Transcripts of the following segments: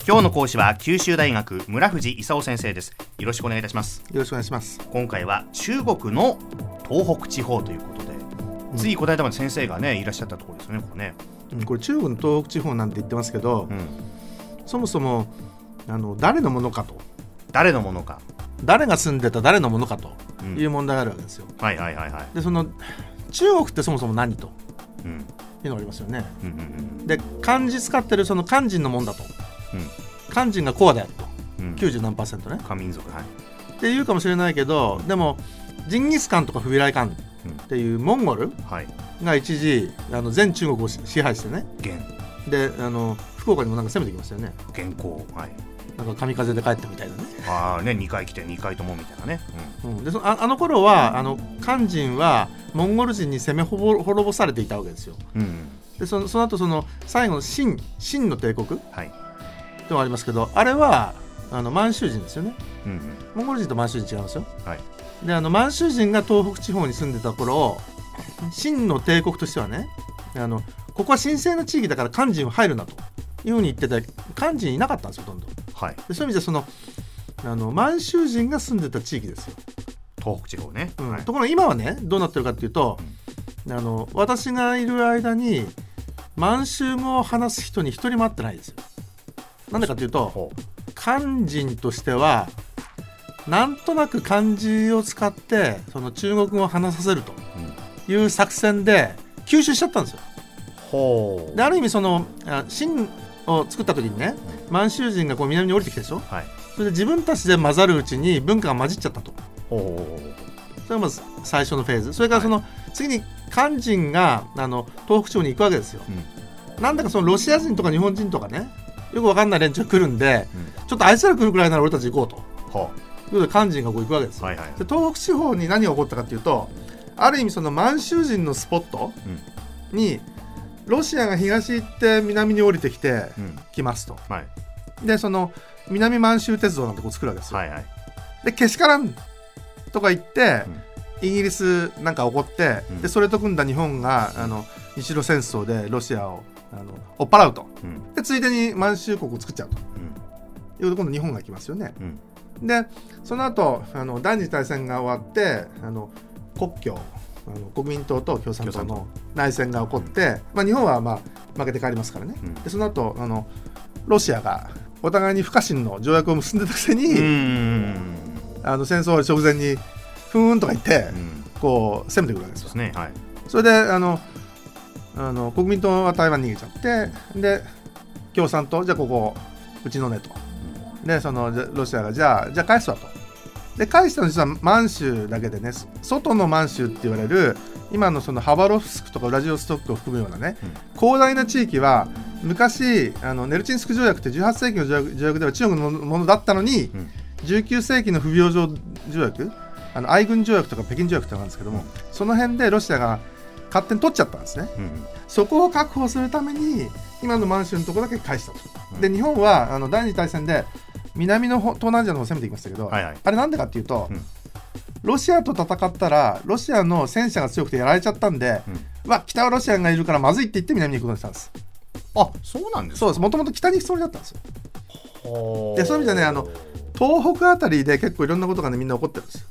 今日の講師は九州大学村藤勲先生です。よろしくお願いいたします。 よろしくお願いします。 今回は中国の東北地方ということで、ついこの間まで先生がねいらっしゃったところですよね。 これ中国の東北地方なんて言ってますけど、そもそも誰のものかと、 誰のものか、 誰が住んでた誰のものかという問題があるわけですよ。でその中国ってそもそも何と、いうのがありますよね。で漢字使ってるその漢人のもんだと、漢人がコアであると、90何%ね、 漢民族、って言うかもしれないけど、でもジンギスカンとかフビライカンっていうモンゴルが一時全中国を支配してね、で福岡にもなんか攻めてきましたよね。 元寇、 なんか神風で帰ったみたいなね。 2回来て2回ともみたいなね。 であの頃は漢人はモンゴル人に攻め滅ぼされていたわけですよ。でその後最後の秦の帝国、でもありますけど、あれは満州人ですよね。モンゴル人と満州人違いますよ。で満州人が東北地方に住んでた頃、秦の帝国としてはね、ここは神聖な地域だから漢人は入るなというふうに言ってて、漢人いなかったんですよ、ほとんど。でそういう意味で満州人が住んでた地域ですよ、 東北地方ね。 ところが今はねどうなってるかっていうと、私がいる間に満州語を話す人に一人も会ってないですよ。なんでかというと、漢人としてはなんとなく漢字を使ってその中国語を話させるという作戦で吸収しちゃったんですよ。である意味秦を作った時にね、満州人がこう南に降りてきたでしょ。それで自分たちで混ざるうちに文化が混じっちゃったと。それがまず最初のフェーズ。それから次に漢人が東北地方に行くわけですよ。なんだかロシア人とか日本人とかね、よく分かんない連中が来るんで、ちょっとあいつら来るくらいなら俺たち行こうと、いうことで漢人がこう行くわけですよ。で東北地方に何が起こったかというと、ある意味満州人のスポットにロシアが東行って南に降りてきて来ますと、で南満州鉄道なんてこう作るわけですよ。でけしからんとか言って、イギリスなんか起こって、でそれと組んだ日本が日露戦争でロシアを追っ払うと、でついでに満州国を作っちゃうと、いう今度日本が来ますよね。でその後第二次大戦が終わって、国共国民党と共産党の内戦が起こって、日本は負けて帰りますからね。でその後ロシアがお互いに不可侵の条約を結んでたくせに、戦争直前にふーんとか言って、こう攻めてくるわけですよ。それで国民党は台湾に逃げちゃって、で共産党じゃあここうちのねと、でロシアがじゃあ返すわと。で返したのは実は満州だけでね、外の満州って言われる今のハバロフスクとかウラジオストックを含むようなね、広大な地域は昔ネルチンスク条約って18世紀の条約では中国のものだったのに、19世紀の不平等条約、愛軍条約とか北京条約とかなんですけども、その辺でロシアが勝手に取っちゃったんですね。そこを確保するために今の満州のところだけ返したと。で日本は第二次大戦で南の東南アジアの方を攻めていきましたけど、あれなんでかっていうと、ロシアと戦ったらロシアの戦車が強くてやられちゃったんで、北はロシアがいるからまずいって言って南に行くことにしたんです。 そうなんですか。 そうです。もともと北に行くつもりだったんですよ。でそういう意味でね、東北あたりで結構いろんなことがねみんな起こってるんです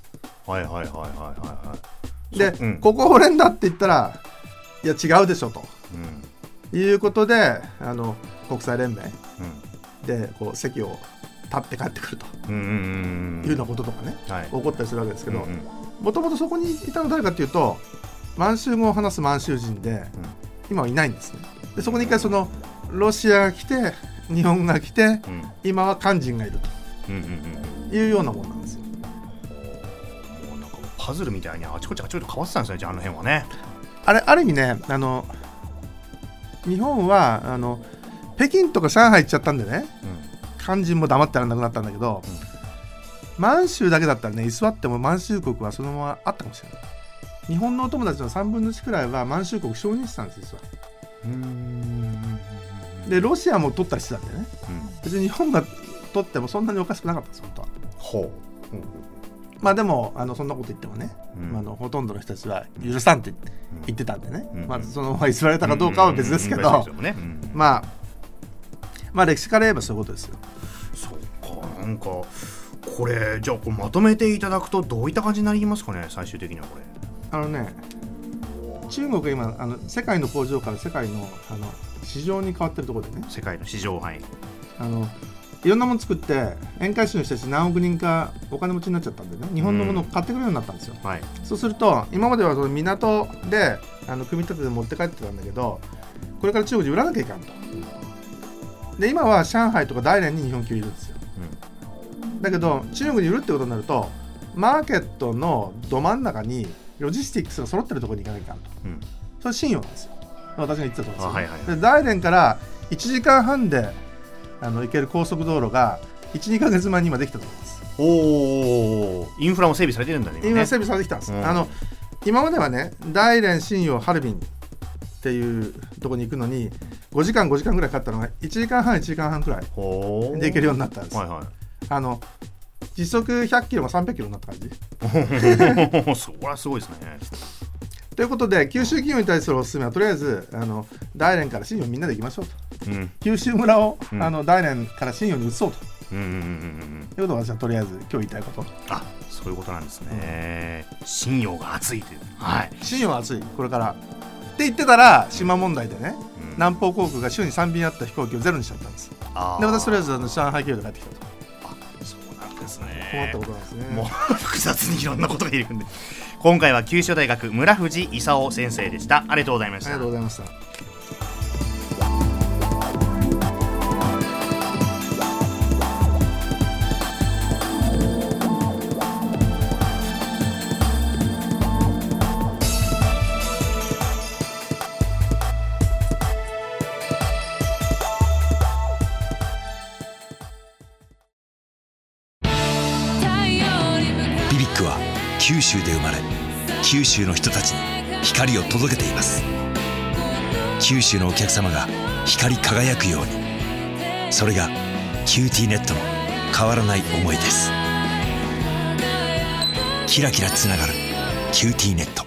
よ。で、ここ俺んだって言ったら、いや違うでしょと、いうことで国際連盟でこう席を立って帰ってくるというようなこととかね、起こったりするわけですけど、もともとそこにいたの誰かっていうと満州語を話す満州人で、今はいないんですね。でそこに一回ロシアが来て日本が来て、今は漢人がいるというようなもんなんですよ。 なんかパズルみたいにあちこち変わってたんですね。じゃあの辺はね、 ある意味ね、日本は北京とか上海行っちゃったんでね、漢人も黙ってらんなくなったんだけど、満州だけだったらね、居座っても満州国はそのままあったかもしれない。日本のお友達の3分の1くらいは満州国承認してたんですよ。でロシアも取ったりしてたんでね、別に日本が取ってもそんなにおかしくなかったんです本当は。でもそんなこと言ってもね、ほとんどの人たちは許さんって言ってたんでね、そのまま居座れたかどうかは別ですけど、歴史から言えばそういうことですよ。 なんかこれじゃあこうまとめていただくとどういった感じになりますかね、最終的には。これ中国が今世界の工場から世界の市場に変わってるところでね、 世界の市場、はい、 いろんなもの作って沿海市の人たち何億人かお金持ちになっちゃったんでね、日本のものを買ってくるようになったんですよ、はい、そうすると今まではその港で組み立てて持って帰ってたんだけど、これから中国で売らなきゃいかんと。で今は上海とか大連に日本企業いるんですよ、だけど中国に売るってことになるとマーケットのど真ん中にロジスティックスが揃ってるところに行かなきゃいかんと、それ信用なんですよ、私が言ってたところですよ、で大連から1時間半で行ける高速道路が 1,2 ヶ月前に今できたところです。 インフラも整備されてるんだね。 今整備されてきたんです、今まではね大連、信陽、ハルビンっていうところに行くのに5時間ぐらいかかったのが1時間半くらいで行けるようになったんです、時速100キロが300キロになった感じそれはすごいですね。 ということで九州企業に対するおすすめはとりあえず大連から信陽みんなで行きましょうと、九州村を大連から信陽に移そうと、ということが私はとりあえず今日言いたいこと。 そういうことなんですね、信陽が熱いという、 信陽が熱いこれからって言ってたら島問題でね、南方航空が週に3便あった飛行機をゼロにしちゃったんです。で私とりあえず上海経由で帰ってきたと。 そうなんですね。 困ったことなんですね。 もう複雑にいろんなことがいるんで今回は九州大学村藤勲先生でした。ありがとうございました。 ありがとうございました。 ビビックは九州で生まれ九州の人たちに光を届けています。九州のお客様が光り輝くように、それがキューティーネットの変わらない思いです。キラキラつながるキューティーネット。